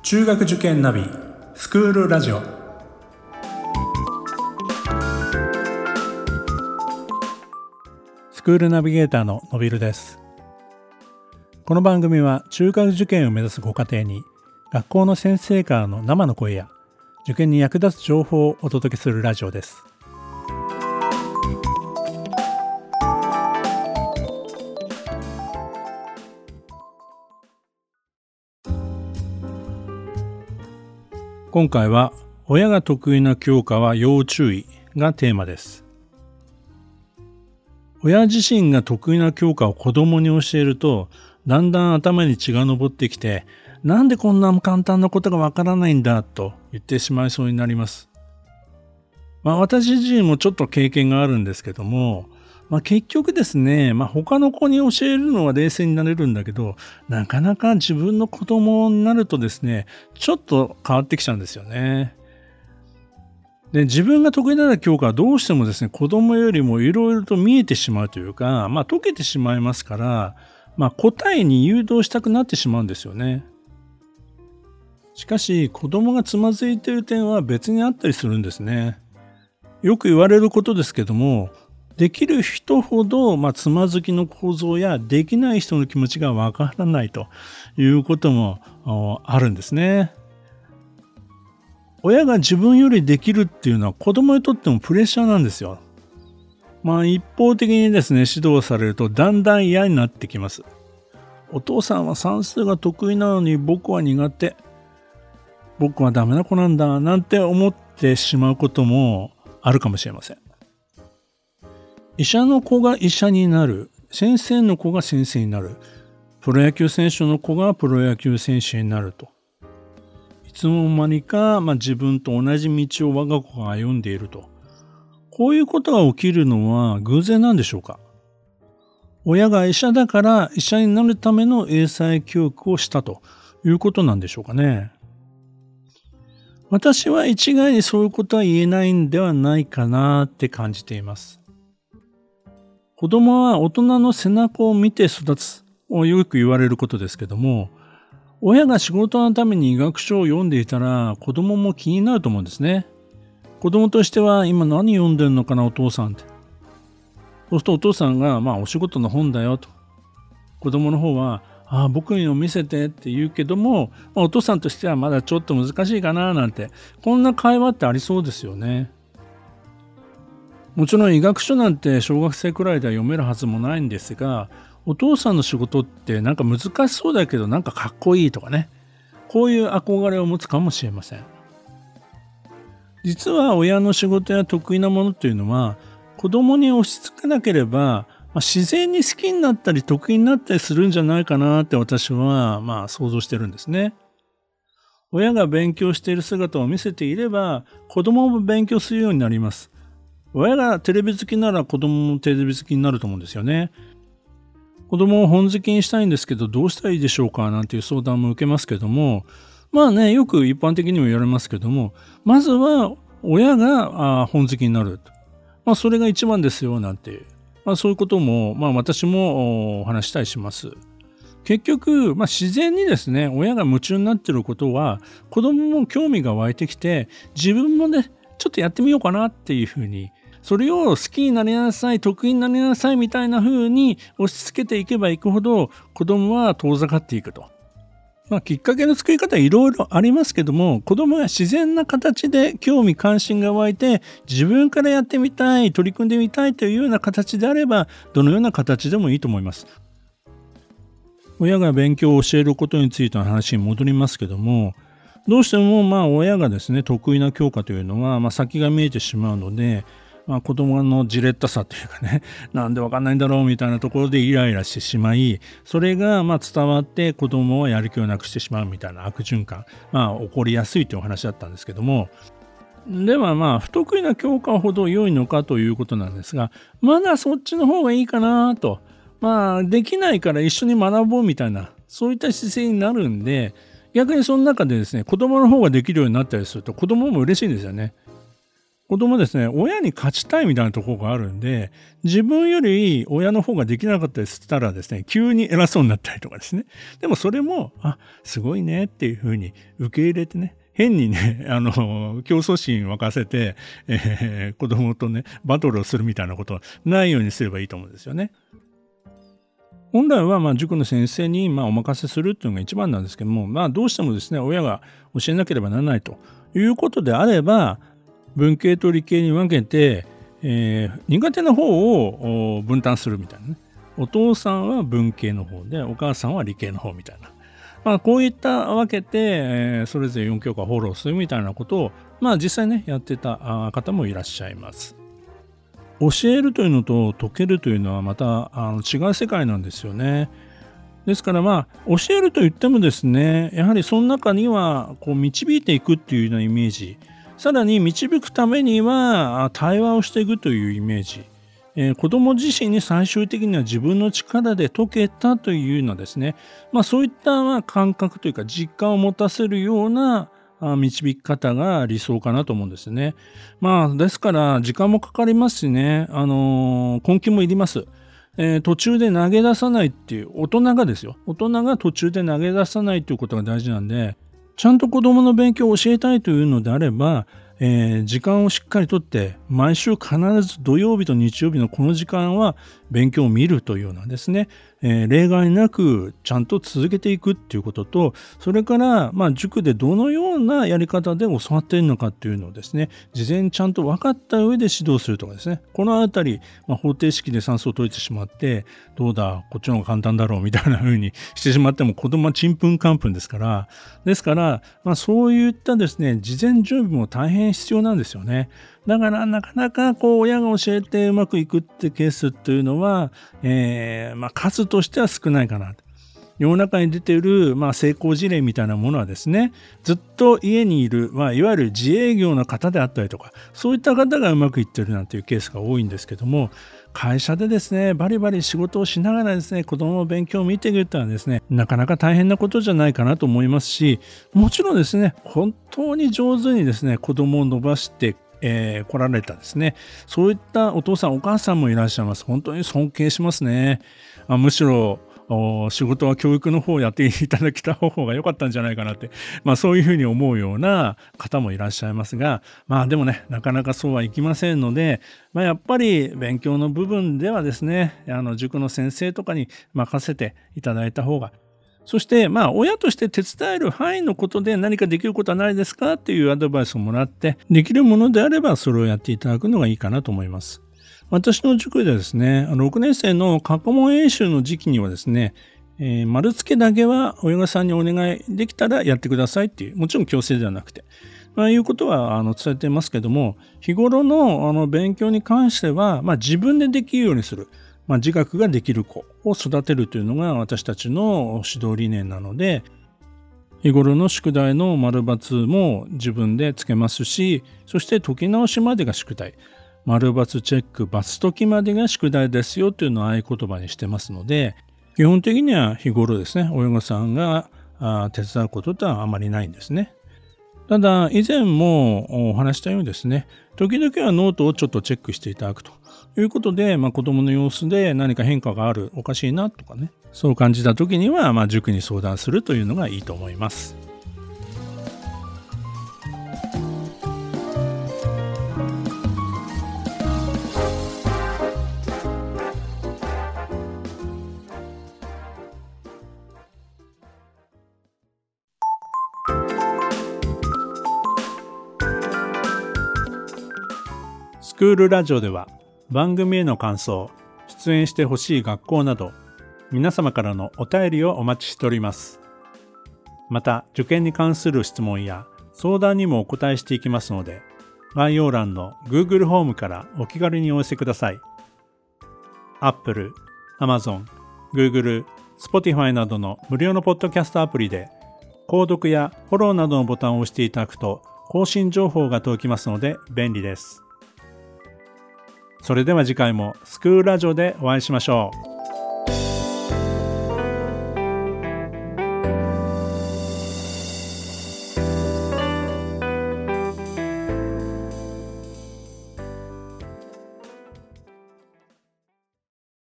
中学受験ナビスクールラジオ。スクールナビゲーターののびるです。この番組は中学受験を目指すご家庭に学校の先生からの生の声や受験に役立つ情報をお届けするラジオです。今回は親が得意な教科は要注意がテーマです。親自身が得意な教科を子供に教えるとだんだん頭に血が上ってきて、なんでこんな簡単なことがわからないんだと言ってしまいそうになります。私自身もちょっと経験があるんですけども、結局ですね、他の子に教えるのは冷静になれるんだけど、なかなか自分の子供になるとですね、ちょっと変わってきちゃうんですよね。で、自分が得意な教科はどうしてもですね、子供よりもいろいろと見えてしまうというか、解けてしまいますから、答えに誘導したくなってしまうんですよね。しかし、子供がつまずいている点は別にあったりするんですね。よく言われることですけども、できる人ほど、つまずきの構造やできない人の気持ちがわからないということもあるんですね。親が自分よりできるっていうのは子供にとってもプレッシャーなんですよ。一方的にですね、指導されるとだんだん嫌になってきます。お父さんは算数が得意なのに僕は苦手。僕はダメな子なんだなんて思ってしまうこともあるかもしれません。医者の子が医者になる、先生の子が先生になる、プロ野球選手の子がプロ野球選手になると。いつの間にか、自分と同じ道を我が子が歩んでいると。こういうことが起きるのは偶然なんでしょうか。親が医者だから医者になるための英才教育をしたということなんでしょうかね。私は一概にそういうことは言えないんではないかなって感じています。子供は大人の背中を見て育つをよく言われることですけども、親が仕事のために医学書を読んでいたら子供も気になると思うんですね。子供としては今何読んでるのかなお父さんって。そうするとお父さんがお仕事の本だよと。子供の方は僕にも見せてって言うけども、お父さんとしてはまだちょっと難しいかななんて、こんな会話ってありそうですよね。もちろん医学書なんて小学生くらいでは読めるはずもないんですが、お父さんの仕事ってなんか難しそうだけどなんかかっこいいとかね、こういう憧れを持つかもしれません。実は親の仕事や得意なものというのは子供に押し付けなければ、自然に好きになったり得意になったりするんじゃないかなって私は想像してるんですね。親が勉強している姿を見せていれば子供も勉強するようになります。親がテレビ好きなら子供もテレビ好きになると思うんですよね。子供を本好きにしたいんですけどどうしたらいいでしょうかなんていう相談も受けますけども、よく一般的にも言われますけども、まずは親が本好きになると。それが一番ですよなんていう、そういうことも私もお話したりします。結局、自然にですね、親が夢中になっていることは子供も興味が湧いてきて、自分もねちょっとやってみようかなっていうふうに、それを好きになりなさい、得意になりなさいみたいな風に押し付けていけばいくほど子供は遠ざかっていくと。きっかけの作り方いろいろありますけども、子供が自然な形で興味関心が湧いて自分からやってみたい、取り組んでみたいというような形であればどのような形でもいいと思います。親が勉強を教えることについての話に戻りますけども、どうしても親がですね得意な教科というのは先が見えてしまうので、子供のじれったさというかね、なんでわかんないんだろうみたいなところでイライラしてしまい、それが伝わって子供はやる気をなくしてしまうみたいな悪循環、起こりやすいというお話だったんですけども、では不得意な教科ほど良いのかということなんですが、まだそっちの方がいいかなと。できないから一緒に学ぼうみたいな、そういった姿勢になるんで、逆にその中でですね、子供の方ができるようになったりすると子供も嬉しいんですよね。 子供はですね、親に勝ちたいみたいなところがあるんで、自分より親の方ができなかったりしたらですね、急に偉そうになったりとかですね。でもそれも、すごいねっていうふうに受け入れてね、変にね、競争心沸かせて、子供とね、バトルをするみたいなことはないようにすればいいと思うんですよね。本来は塾の先生にお任せするっていうのが一番なんですけども、どうしてもですね、親が教えなければならないということであれば、文系と理系に分けて、苦手な方を分担するみたいなね。お父さんは文系の方で、お母さんは理系の方みたいな。こういった分けて、それぞれ4教科フォローするみたいなことを、実際ね、やってた方もいらっしゃいます。教えるというのと解けるというのはまた違う世界なんですよね。ですから教えると言ってもですね、やはりその中には導いていくっていうようなイメージ、さらに導くためには対話をしていくというイメージ、子ども自身に最終的には自分の力で解けたというようなですね、そういった感覚というか実感を持たせるような導き方が理想かなと思うんですね。ですから時間もかかりますしね、根気もいります。途中で投げ出さないっていう、大人がですよ。大人が途中で投げ出さないということが大事なんで、ちゃんと子どもの勉強を教えたいというのであれば、時間をしっかりとって毎週必ず土曜日と日曜日のこの時間は勉強を見るというようなですね、例外なくちゃんと続けていくっていうことと、それから塾でどのようなやり方で教わっているのかっていうのをですね、事前にちゃんと分かった上で指導するとかですね、このあたり、方程式で算数を解いてしまってどうだこっちの方が簡単だろうみたいな風にしてしまっても子供はちんぷんかんぷんですから、そういったですね、事前準備も大変必要なんですよね。だからなかなか親が教えてうまくいくってケースっていうのは、数としては少ないかなと。世の中に出ている、成功事例みたいなものはですね、ずっと家にいる、いわゆる自営業の方であったりとか、そういった方がうまくいってるなんていうケースが多いんですけども、会社でですね、バリバリ仕事をしながらですね、子供の勉強を見ていくってのはですね、なかなか大変なことじゃないかなと思いますし、もちろんですね、本当に上手にですね、子供を伸ばして来られたですね、そういったお父さんお母さんもいらっしゃいます。本当に尊敬しますね。むしろ仕事は教育の方をやっていただきた方が良かったんじゃないかなって、そういうふうに思うような方もいらっしゃいますが、でもね、なかなかそうはいきませんので、やっぱり勉強の部分ではですね、塾の先生とかに任せていただいた方が、そして親として手伝える範囲のことで何かできることはないですかっていうアドバイスをもらって、できるものであればそれをやっていただくのがいいかなと思います。私の塾ではですね、6年生の過去問演習の時期にはですね、丸付けだけは親御さんにお願いできたらやってくださいっていう、もちろん強制ではなくて、いうことは伝えていますけども、日頃の勉強に関しては、自分でできるようにする。自学ができる子を育てるというのが私たちの指導理念なので、日頃の宿題の丸×も自分でつけますし、そして解き直しまでが宿題、丸×チェック、×解きまでが宿題ですよというのを合言葉にしてますので、基本的には日頃ですね、親御さんが手伝うこととはあまりないんですね。ただ以前もお話したようにですね、時々はノートをちょっとチェックしていただくということで、子供の様子で何か変化がある、おかしいなとかね、そう感じた時には塾に相談するというのがいいと思います。スクールラジオでは番組への感想、出演してほしい学校など皆様からのお便りをお待ちしております。また受験に関する質問や相談にもお答えしていきますので、概要欄の Google ホームからお気軽にお寄せください。Apple、Amazon、Google、Spotify などの無料のポッドキャストアプリで購読やフォローなどのボタンを押していただくと更新情報が届きますので便利です。それでは次回もスクールラジオでお会いしましょう。